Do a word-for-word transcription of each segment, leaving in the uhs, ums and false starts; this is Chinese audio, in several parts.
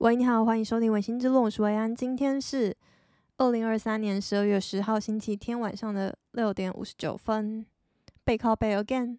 喂，你好，欢迎收听《文心之论》，我是维安。今天是二零二三年十二月十号星期天晚上的六点五十九分。背靠背 again，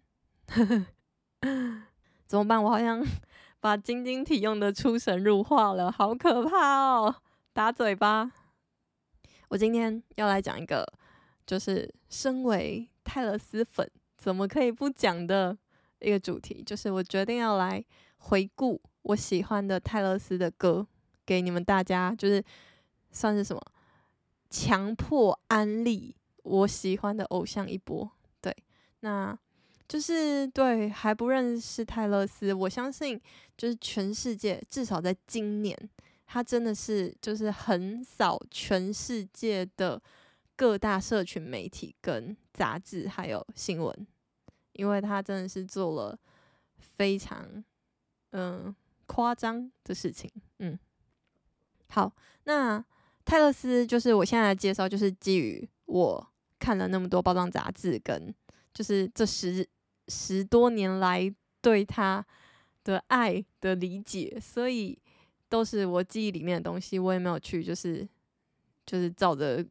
怎么办？我好像把晶晶体用的出神入化了，好可怕哦！打嘴巴。我今天要来讲一个，就是身为泰勒斯粉怎么可以不讲的一个主题，就是我决定要来回顾我喜欢的泰勒斯的歌，给你们大家，就是算是什么强迫安利我喜欢的偶像一波。对，那就是对还不认识泰勒斯，我相信就是全世界至少在今年，他真的是就是横扫全世界的各大社群媒体跟杂志还有新闻，因为他真的是做了非常嗯夸张的事情。嗯，好，那泰勒斯就是我现在来介绍，就是基于我看了那么多包装杂志跟就是这十十多年来对他的爱的理解，所以都是我记忆里面的东西，我也没有去就是就是照着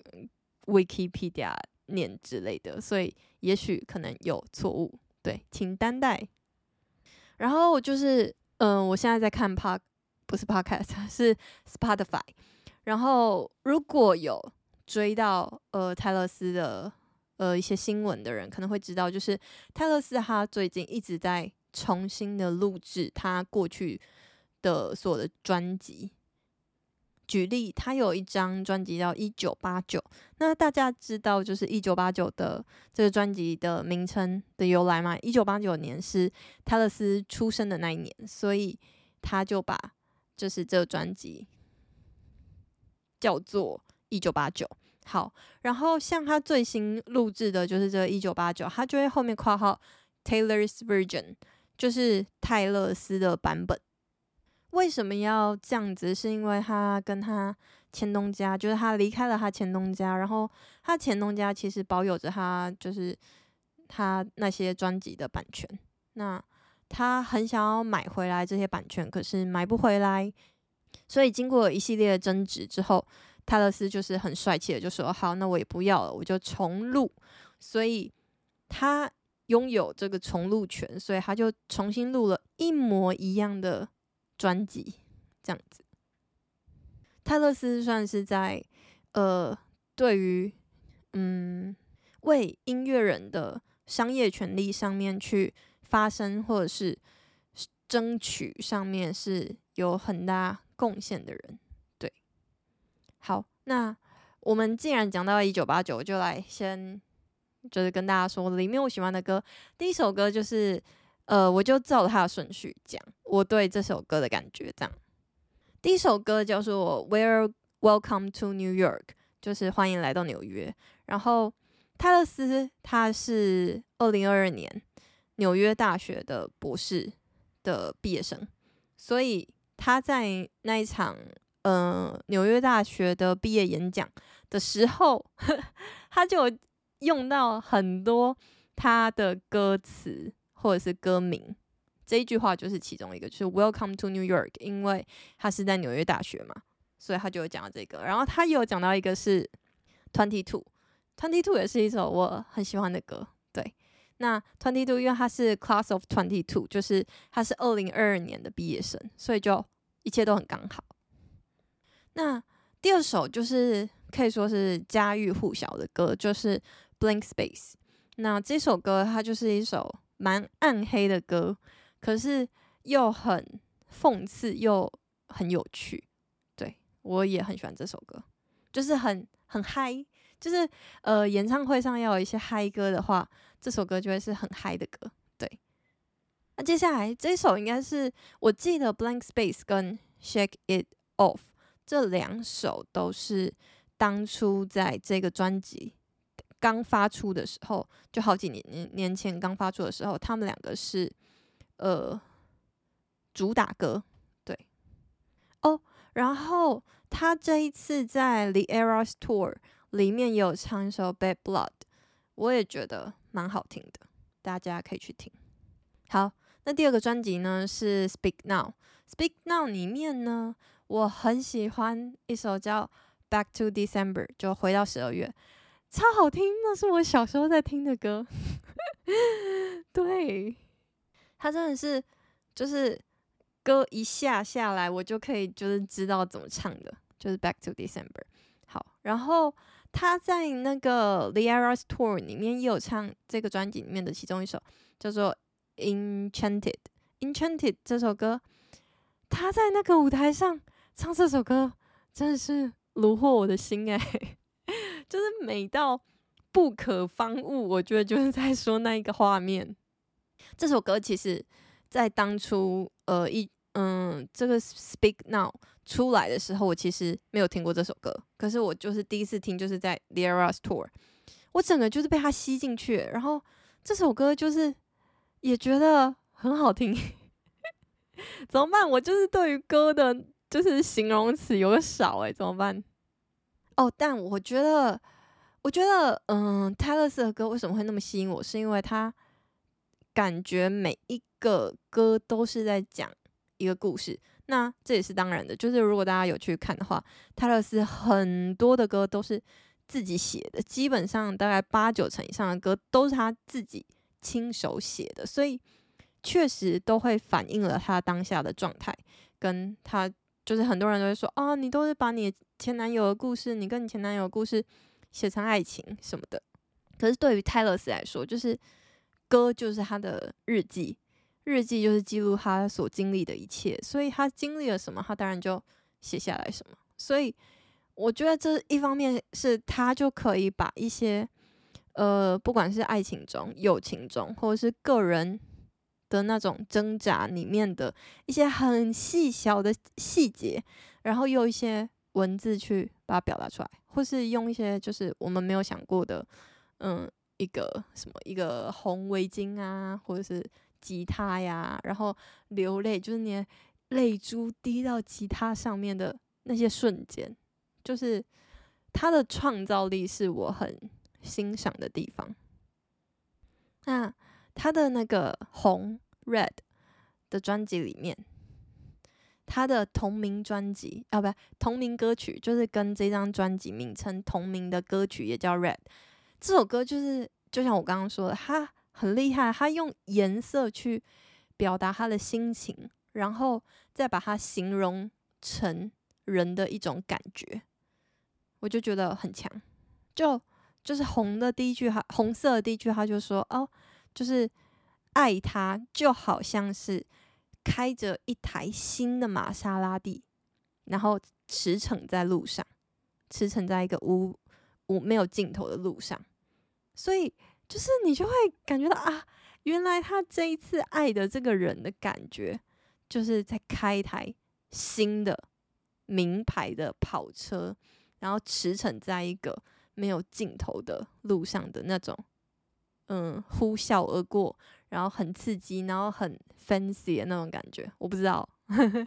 Wikipedia 念之类的，所以也许可能有错误，对，请担待。然后就是嗯、呃，我现在在看 Pod 不是 Podcast 是 Spotify， 然后如果有追到呃泰勒斯的呃一些新闻的人可能会知道，就是泰勒斯他最近一直在重新的录制他过去的所有的专辑。举例，他有一张专辑叫一九八九，那大家知道就是一九八九的这个专辑的名称的由来吗？一九八九年是泰勒斯出生的那一年，所以他就把就是这个专辑叫做一九八九。好，然后像他最新录制的就是这个一九八九，他就会后面括号 Taylor's version， 就是泰勒斯的版本。为什么要这样子？是因为他跟他前东家，就是他离开了他前东家，然后他前东家其实保有着他就是他那些专辑的版权，那他很想要买回来这些版权，可是买不回来，所以经过一系列的争执之后，泰勒斯就是很帅气的就说：“好，那我也不要了，我就重录。”所以他拥有这个重录权，所以他就重新录了一模一样的专辑，这样子。泰勒斯算是在呃，对于嗯为音乐人的商业权利上面去发声，或者是争取上面是有很大贡献的人。对，好，那我们既然讲到一九八九，就来先就是跟大家说里面我喜欢的歌。第一首歌就是呃，我就照它的顺序讲我对这首歌的感觉。这样，第一首歌叫做 Where Welcome to New York， 就是欢迎来到纽约。然后泰勒斯他是二零二二年纽约大学的博士的毕业生，所以他在那一场呃纽约大学的毕业演讲的时候，呵他就有用到很多他的歌词或者是歌名。这一句话就是其中一个，就是 Welcome to New York， 因为他是在纽约大学嘛，所以他就有讲到这个。然后他也有讲到一个是Twenty Two，Twenty Two 也是一首我很喜欢的歌。对，那 Twenty Two 因为他是 Class of Twenty Two， 就是他是二零二二年的毕业生，所以就一切都很刚好。那第二首就是可以说是家喻户晓的歌，就是 Blank Space。那这首歌它就是一首蛮暗黑的歌，可是又很讽刺又很有趣。对，我也很喜欢这首歌，就是很很嗨，就是呃演唱会上要有一些嗨歌的话，这首歌就会是很嗨的歌。对，那接下来这首应该是我记得 Blank Space 跟 Shake It Off 这两首都是当初在这个专辑刚发出的时候，就好几年年前刚发出的时候，他们两个是呃主打歌。对哦，然后他这一次在 The Eras Tour 里面也有唱一首 Bad Blood， 我也觉得蛮好听的，大家可以去听。好，那第二个专辑呢是 Speak Now， Speak Now 里面呢，我很喜欢一首叫 Back to December， 就回到十二月，超好听，那是我小时候在听的歌。对，它真的是就是歌一下下来，我就可以就是知道怎么唱的，就是 Back to December。好，然后他在那个 The Eras Tour 里面也有唱这个专辑里面的其中一首，叫做 Enchanted。Enchanted 这首歌，他在那个舞台上唱这首歌，真的是虏获我的心哎、欸，就是美到不可方物。我觉得就是在说那一个画面。这首歌其实，在当初呃一嗯这个 Speak Now 出来的时候，我其实没有听过这首歌，可是我就是第一次听，就是在 The Eras Tour， 我整个就是被它吸进去，然后这首歌就是也觉得很好听。怎么办？我就是对于歌的，就是形容词有个少哎、欸，怎么办？哦，但我觉得，我觉得，嗯，泰勒斯的歌为什么会那么吸引我？是因为他感觉每一个歌都是在讲一个故事。那这也是当然的，就是如果大家有去看的话，泰勒斯很多的歌都是自己写的，基本上大概八九成以上的歌都是他自己亲手写的，所以确实都会反映了他当下的状态，跟他就是很多人都会说啊，你都是把你前男友的故事，你跟你前男友的故事写成爱情什么的。可是对于泰勒斯来说，就是歌就是他的日记，日记就是记录他所经历的一切，所以他经历了什么，他当然就写下来什么。所以我觉得这一方面是他就可以把一些呃，不管是爱情中、友情中，或者是个人的那种挣扎里面的一些很细小的细节，然后用一些文字去把它表达出来，或是用一些就是我们没有想过的，嗯，一个什么一个红围巾啊，或者是吉他呀，然后流泪，就是你的泪珠滴到吉他上面的那些瞬间，就是他的创造力是我很欣赏的地方。那他的那个红 Red 的专辑里面，他的同名专辑啊，不，同名歌曲就是跟这张专辑名称同名的歌曲也叫 Red。这首歌就是就像我刚刚说的，他很厉害，他用颜色去表达他的心情，然后再把它形容成人的一种感觉，我就觉得很强。就就是红的第一句，红色的第一句，他就说哦，就是爱他就好像是开着一台新的玛莎拉蒂，然后驰骋在路上，驰骋在一个无无没有尽头的路上，所以就是你就会感觉到啊，原来他这一次爱的这个人的感觉，就是在开一台新的名牌的跑车，然后驰骋在一个没有尽头的路上的那种，嗯，呼啸而过，然后很刺激，然后很 fancy 的那种感觉，我不知道，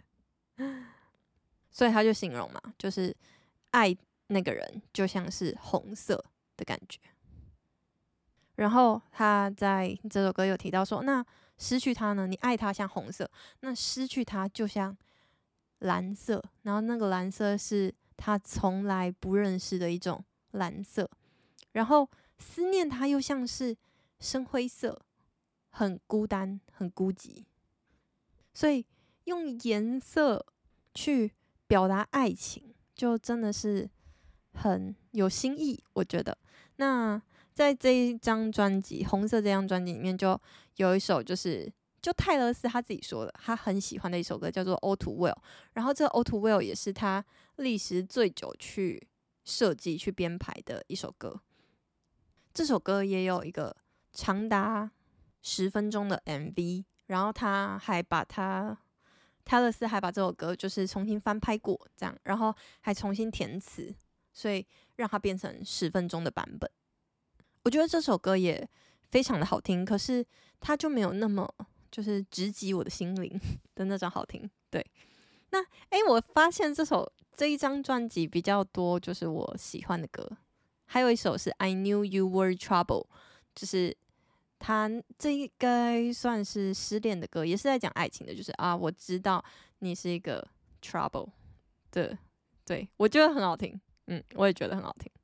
所以他就形容嘛，就是爱那个人就像是红色的感觉。然后他在这首歌有提到说，那失去他呢？你爱他像红色，那失去他就像蓝色，然后那个蓝色是他从来不认识的一种蓝色，然后思念他又像是深灰色，很孤单，很孤寂。所以用颜色去表达爱情，就真的是很有新意，我觉得。那在这一张专辑《红色》这张专辑里面，就有一首就是就泰勒斯他自己说的，他很喜欢的一首歌叫做《All Too Well》，然后这《All Too Well》也是他历时最久去设计、去编排的一首歌。这首歌也有一个长达十分钟的 M V， 然后他还把他泰勒斯还把这首歌就是重新翻拍过，这样，然后还重新填词，所以让它变成十分钟的版本。我觉得这首歌也非常的好听，可是它就没有那么就是直击我的心灵的那种好听。对，那诶，我发现这首这一张专辑比较多就是我喜欢的歌，还有一首是 I Knew You Were Trouble， 就是他这应该算是失恋的歌，也是在讲爱情的，就是啊，我知道你是一个 trouble 的，对，我觉得很好听，嗯，我也觉得很好听。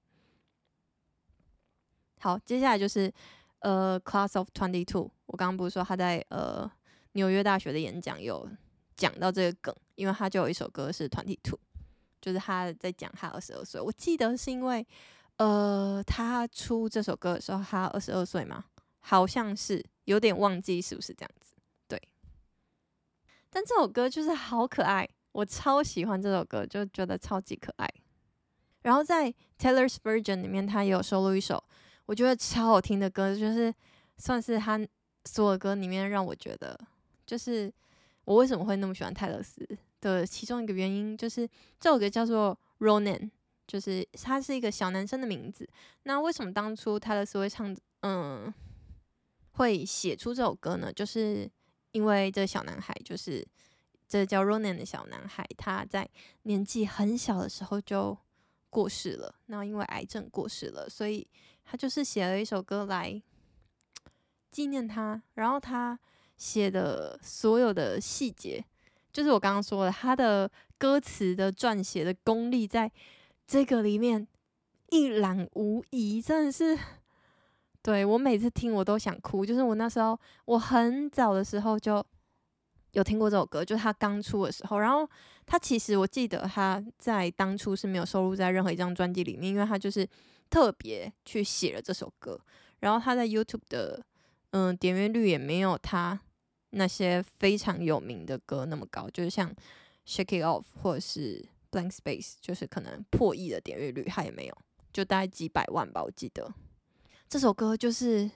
好，接下来就是呃 Class of twenty two， 我刚刚不是说他在呃纽约大学的演讲有讲到这个梗，因为他就有一首歌是 twenty two， 就是他在讲他二十二岁。我记得是因为呃他出这首歌的时候他二十二岁嘛，好像是，有点忘记是不是这样子。对，但这首歌就是好可爱，我超喜欢这首歌，就觉得超级可爱。然后在 Taylor's Version 里面，他也有收录一首我觉得超好听的歌，就是算是他所有歌里面让我觉得，就是我为什么会那么喜欢泰勒斯的其中一个原因，就是这首歌叫做 Ronan， 就是他是一个小男生的名字。那为什么当初泰勒斯会唱，嗯，会写出这首歌呢？就是因为这个小男孩，就是这叫 Ronan 的小男孩，他在年纪很小的时候就过世了，然后因为癌症过世了，所以他就是写了一首歌来纪念他。然后他写的所有的细节，就是我刚刚说的，他的歌词的撰写的功力在这个里面一览无遗，真的是，对，我每次听我都想哭。就是我那时候我很早的时候就有听过这首歌，就是他刚出的时候。然后他其实我记得他在当初是没有收录在任何一张专辑里面，因为他就是特别去写了这首歌。然后他在 YouTube 的嗯点阅率也没有他那些非常有名的歌那么高，就是像 Shake It Off 或者是 Blank Space， 就是可能破亿的点阅率他也没有，就大概几百万吧，我记得。这首歌就是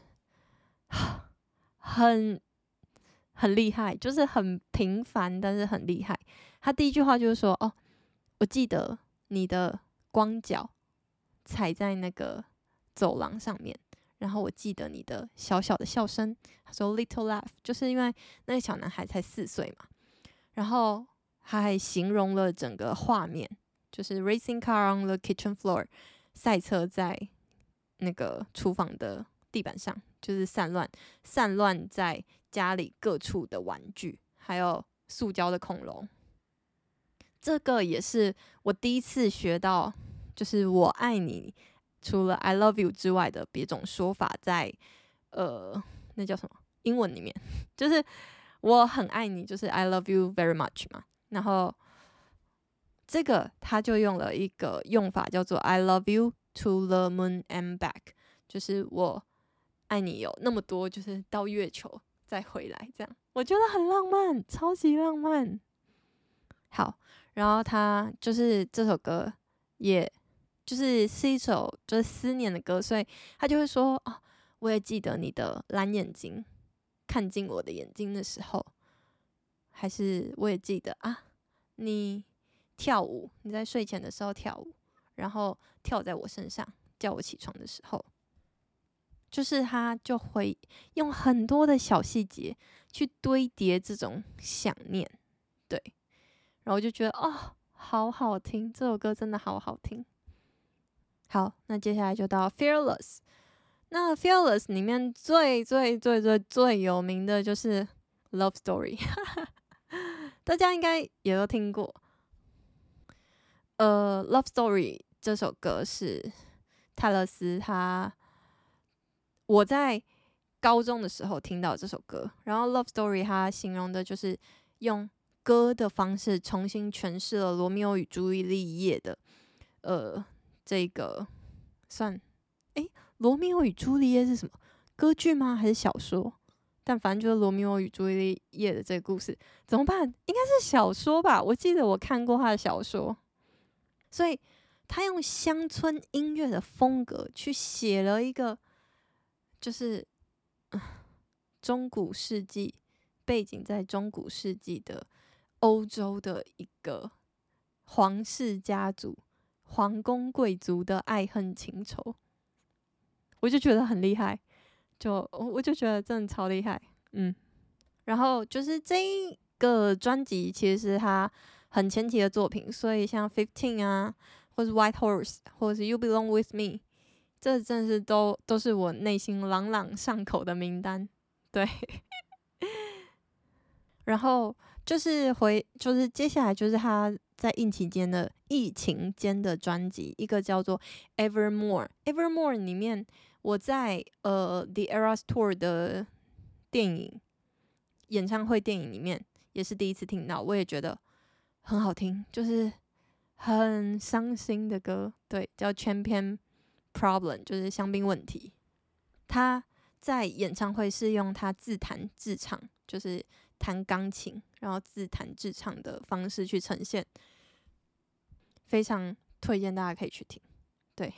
很很厉害，就是很平凡，但是很厉害。他第一句话就是说：“哦，我记得你的光脚踩在那个走廊上面，然后我记得你的小小的笑声。”他说 “little laugh”， 就是因为那个小男孩才四岁嘛。然后他还形容了整个画面，就是 racing car on the kitchen floor， 赛车在那个厨房的地板上，就是散乱散乱在家里各处的玩具，还有塑胶的恐龙。这个也是我第一次学到，就是我爱你除了 I love you 之外的别种说法在，呃，那叫什么英文里面，就是我很爱你，就是 I love you very much 嘛。然后这个他就用了一个用法叫做 I love you to the moon and back， 就是我爱你有那么多，就是到月球再回来，这样我觉得很浪漫，超级浪漫。好，然后他就是这首歌，也就是是一首就是思念的歌，所以他就会说：“哦，我也记得你的蓝眼睛看进我的眼睛的时候，还是我也记得啊，你跳舞，你在睡前的时候跳舞，然后跳在我身上，叫我起床的时候。”就是他就会用很多的小细节去堆叠这种想念，对，然后我就觉得哦，好好听，这首歌真的好好听。好，那接下来就到 Fearless。那 Fearless 里面最最最最最有名的就是 Love Story， 大家应该也都听过。呃 ，Love Story 这首歌是泰勒斯他。我在高中的时候听到这首歌，然后 Love Story 它形容的就是用歌的方式重新诠释了罗密欧与朱丽叶的呃这个算诶罗密欧与朱丽叶是什么歌剧吗？还是小说？但反正就是罗密欧与朱丽叶的这个故事，怎么办？应该是小说吧？我记得我看过他的小说，所以他用乡村音乐的风格去写了一个。就是、呃、中古世纪，背景在中古世纪的欧洲的一个皇室家族、皇宫贵族的爱恨情仇，我就觉得很厉害，就我就觉得真的超厉害，嗯。然后就是这一个专辑其实是他很前期的作品，所以像 Fifteen 啊，或是 White Horse， 或是 You Belong With Me。这真的是都都是我内心朗朗上口的名单，对。然后就是回就是接下来就是他在疫情间的疫情间的专辑，一个叫做 Evermore。Evermore 里面，我在呃 The Eras Tour 的电影演唱会电影里面也是第一次听到，我也觉得很好听，就是很伤心的歌，对，叫 Champion Problem， 就是香槟问题。他在演唱会是用他自弹自唱，就是弹钢琴，然后自弹自唱的方式去呈现，非常推荐大家可以去听。对，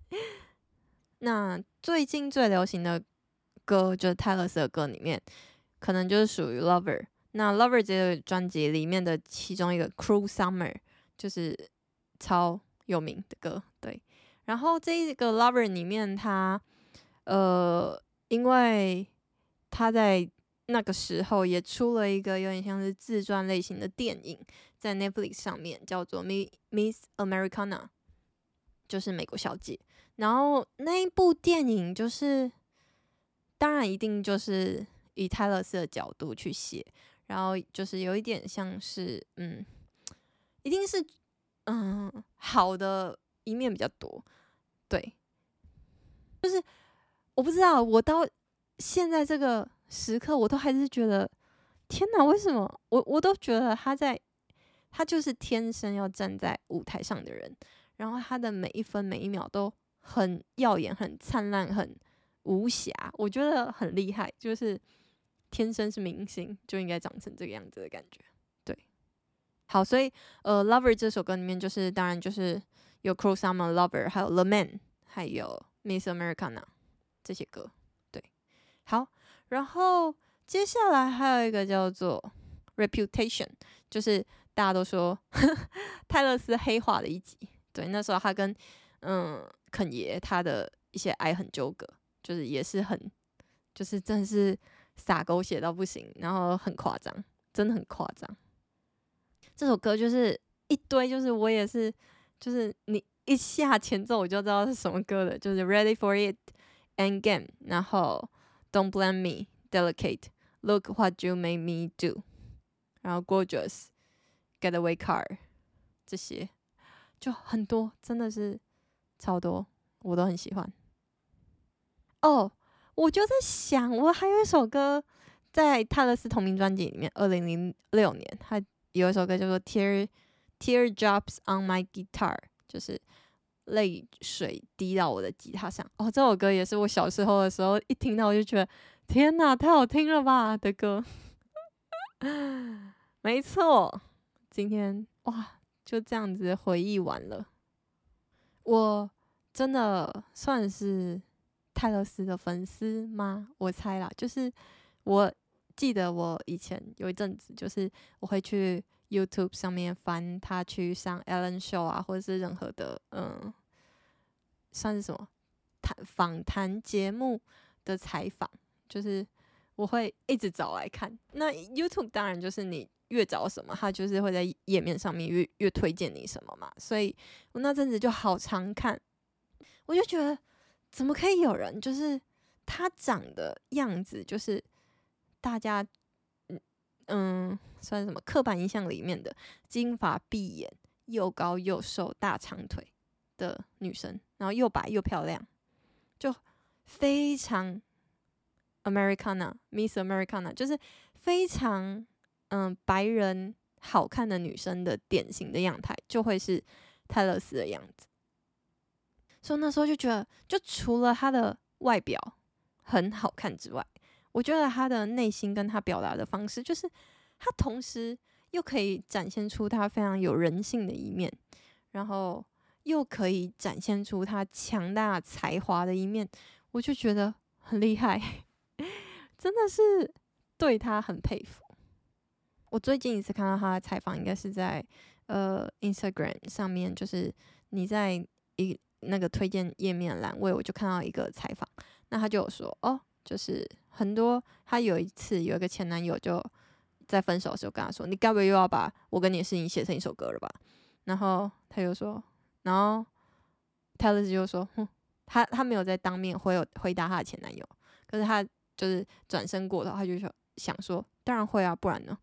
那最近最流行的歌就是泰勒斯的歌里面，可能就是属于 Lover。那 Lover 这个专辑里面的其中一个 Cruel Summer 就是超有名的歌，对。然后这一个 Lover 里面他，他呃，因为他在那个时候也出了一个有点像是自传类型的电影，在 Netflix 上面叫做 Miss Americana， 就是美国小姐。然后那一部电影就是，当然一定就是以泰勒斯的角度去写，然后就是有一点像是，嗯，一定是嗯好的一面比较多，对，就是我不知道，我到现在这个时刻，我都还是觉得，天哪，为什么我我都觉得他在，他就是天生要站在舞台上的人，然后他的每一分每一秒都很耀眼、很灿烂、很无瑕，我觉得很厉害，就是天生是明星就应该长成这个样子的感觉。对，好，所以呃，《Lover》这首歌里面就是当然就是有《Cruel Summer》、《Lover》，还有《The Man》，还有《Miss Americana》这些歌。对，好，然后接下来还有一个叫做《Reputation》，就是大家都说呵呵泰勒斯黑化的一集。对，那时候他跟嗯肯爷他的一些爱恨纠葛，就是也是很，就是真的是撒狗血到不行，然后很夸张，真的很夸张。这首歌就是一堆，就是我也是，就是你一下前奏我就知道是什么歌的，就是 Ready for It、End Game， 然后 Don't Blame Me、Delicate、Look What You Made Me Do， 然后 Gorgeous、Getaway Car， 这些就很多，真的是超多，我都很喜欢。哦，我就在想，我还有一首歌在泰勒斯同名专辑里面，二零零六年，他有一首歌叫做 Tear Teardrops on My Guitar， 就是泪水滴到我的吉他上。哦，这首歌也是我小时候的时候一听到我就觉得天哪，太好听了吧的歌。没错，今天哇就这样子回忆完了。我真的算是泰勒斯的粉丝吗？我猜啦，就是我记得我以前有一阵子，就是我会去 YouTube 上面翻他去上 Ellen Show 啊，或者是任何的嗯，算是什么谈访谈节目的采访，就是我会一直找来看。那 YouTube 当然就是你越找什么，它就是会在页面上面越越推荐你什么嘛。所以我那阵子就好常看，我就觉得怎么可以有人就是他长的样子，就是大家嗯嗯算是什么刻板印象里面的金发碧眼、又高又瘦、大长腿的女生，然后又白又漂亮，就非常 Americana、Miss Americana， 就是非常嗯白人好看的女生的典型的样态，就会是泰勒斯的样子。所以那时候就觉得，就除了她的外表很好看之外，我觉得她的内心跟她表达的方式，就是她同时又可以展现出她非常有人性的一面，然后又可以展现出她强大才华的一面，我就觉得很厉害，真的是对她很佩服。我最近一次看到她的采访，应该是在呃 Instagram 上面，就是你在一那个推荐页面栏位，我就看到一个采访，那他就有说，哦，就是很多他有一次有一个前男友就在分手的时候跟他说，你该不会又要把我跟你的事情写成一首歌了吧？然后他就说，然后泰勒斯就说，哼，他他没有在当面回回答他的前男友，可是他就是转身过头，他就想说，当然会啊，不然呢？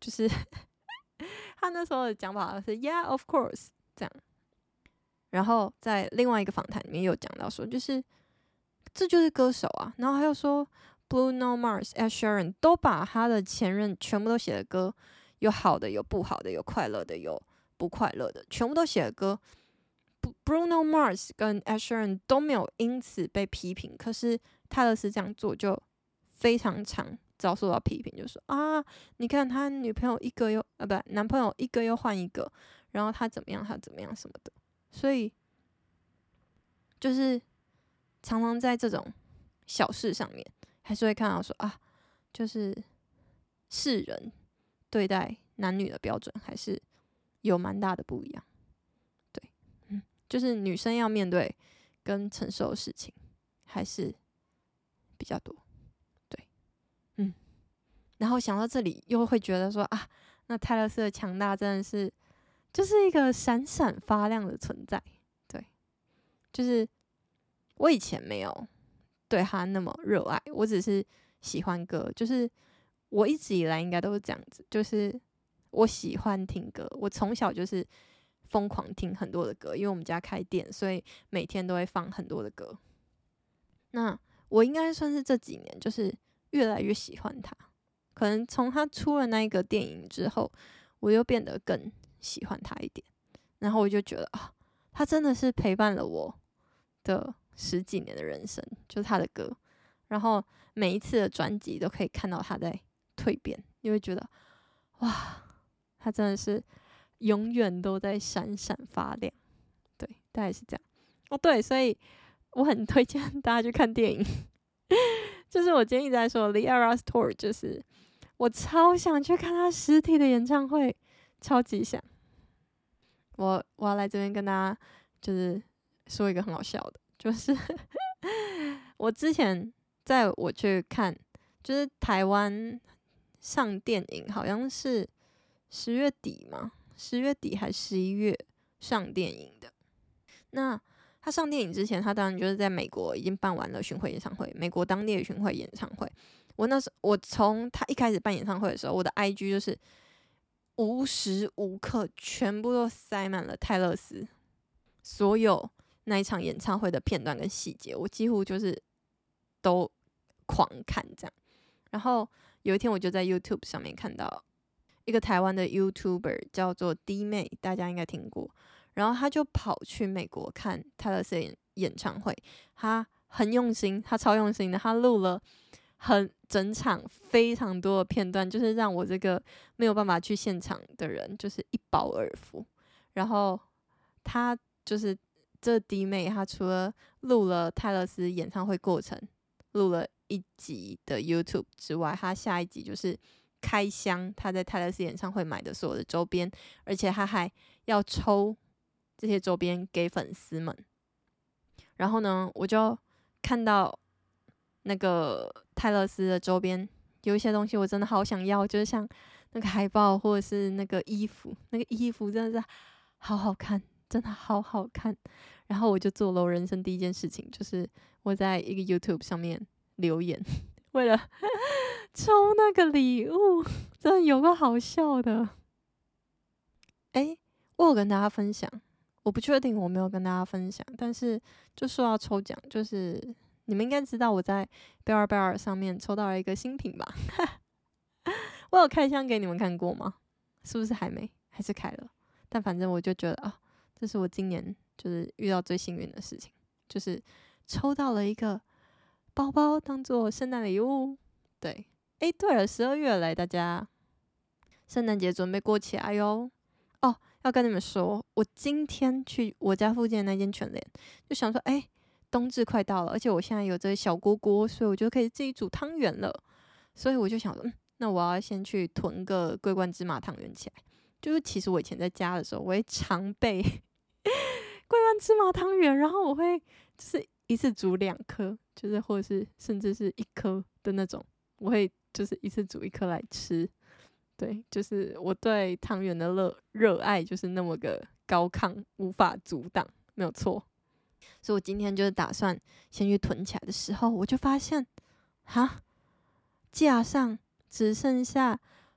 就是他那时候的讲法是 Yeah, of course 这样。然后在另外一个访谈里面有讲到说，就是这就是歌手啊。然后还有说 Bruno Mars、Ed Sheeran 都把他的前任全部都写的歌，有好的，有不好的，有快乐的，有不快乐的，全部都写的歌。Bruno Mars 跟 Ed Sheeran 都没有因此被批评，可是泰勒斯这样做就非常常遭受到批评，就说啊，你看他女朋友一个又啊不，男朋友一个又换一个，然后他怎么样，他怎么样什么的。所以就是常常在这种小事上面，还是会看到说啊，就是世人对待男女的标准还是有蛮大的不一样。对，嗯，就是女生要面对跟承受的事情还是比较多。对，嗯，然后想到这里，又会觉得说啊，那泰勒斯的强大真的是。就是一个闪闪发亮的存在，对，就是我以前没有对他那么热爱，我只是喜欢歌，就是我一直以来应该都是这样子，就是我喜欢听歌，我从小就是疯狂听很多的歌，因为我们家开店，所以每天都会放很多的歌。那我应该算是这几年就是越来越喜欢他，可能从他出了那一个电影之后，我又变得更喜欢他一点，然后我就觉得啊，他真的是陪伴了我的十几年的人生，就是他的歌，然后每一次的专辑都可以看到他在蜕变，你会觉得哇，他真的是永远都在闪闪发亮，对，大概是这样。哦，对，所以我很推荐大家去看电影，就是我今天一直在说 The Eras Tour， 就是我超想去看他实体的演唱会，超级想。我我要来这边跟大家就是说一个很好笑的，就是我之前在我去看，就是台湾上电影好像是十月底嘛，十月底还十一月上电影的。那他上电影之前，他当然就是在美国已经办完了巡回演唱会，美国当地的巡回演唱会。我那时我从他一开始办演唱会的时候，我的 I G 就是无时无刻全部都塞满了泰勒斯所有那一场演唱会的片段跟细节，我几乎就是都狂看这样。然后有一天我就在 YouTube 上面看到一个台湾的 YouTuber 叫做 D 妹，大家应该听过。然后他就跑去美国看泰勒斯的演唱会，他很用心，他超用心的，他录了很整场非常多的片段，就是让我这个没有办法去现场的人就是一饱耳福。然后他就是这弟妹，她除了录了泰勒斯演唱会过程，录了一集的 YouTube 之外，他下一集就是开箱他在泰勒斯演唱会买的所有的周边，而且他还要抽这些周边给粉丝们。然后呢，我就看到那个泰勒斯的周边有一些东西我真的好想要，就是像那个海报或者是那个衣服，那个衣服真的是好好看，真的好好看。然后我就做了我人生第一件事情，就是我在一个 YouTube 上面留言，为了抽那个礼物，真的有个好笑的。诶，我有跟大家分享，我不确定我没有跟大家分享，但是就说要抽奖，就是你们应该知道我在贝尔贝尔上面抽到了一个新品吧？我有开箱给你们看过吗？是不是还没？还是开了？但反正我就觉得啊，这是我今年就是遇到最幸运的事情，就是抽到了一个包包当做圣诞礼物。对，诶，对了，十二月来，大家圣诞节准备过起来哟。哦，要跟你们说，我今天去我家附近的那间全联，就想说，诶，冬至快到了，而且我现在有这个小锅锅，所以我就可以自己煮汤圆了。所以我就想说，嗯，那我要先去囤个桂冠芝麻汤圆起来。就是其实我以前在家的时候，我会常备桂冠芝麻汤圆，然后我会就是一次煮两颗，就是或者是甚至是一颗的那种，我会就是一次煮一颗来吃。对，就是我对汤圆的热热爱就是那么个高亢，无法阻挡，没有错。所以我今天就是打算先去囤起来的时候，我就发现，哈，架上只剩下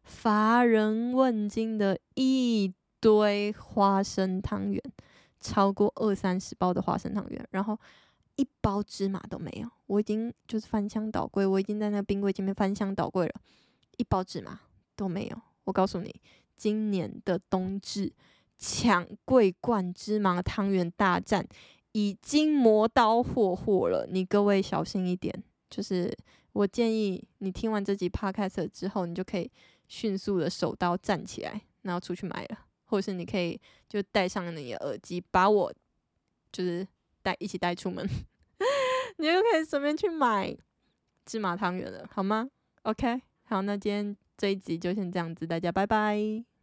乏人问津的一堆花生汤圆，超过二三十包的花生汤圆，然后一包芝麻都没有。我已经就是翻箱倒柜，我已经在那个冰柜前面翻箱倒柜了，一包芝麻都没有。我告诉你，今年的冬至抢桂冠芝麻汤圆大战已经磨刀霍霍了，你各位小心一点。就是我建议你听完这集 podcast 之后，你就可以迅速的手刀站起来，然后出去买了，或者是你可以就戴上你的耳机，把我就是带一起带出门，你就可以顺便去买芝麻汤圆了，好吗 ？OK， 好，那今天这一集就先这样子，大家拜拜。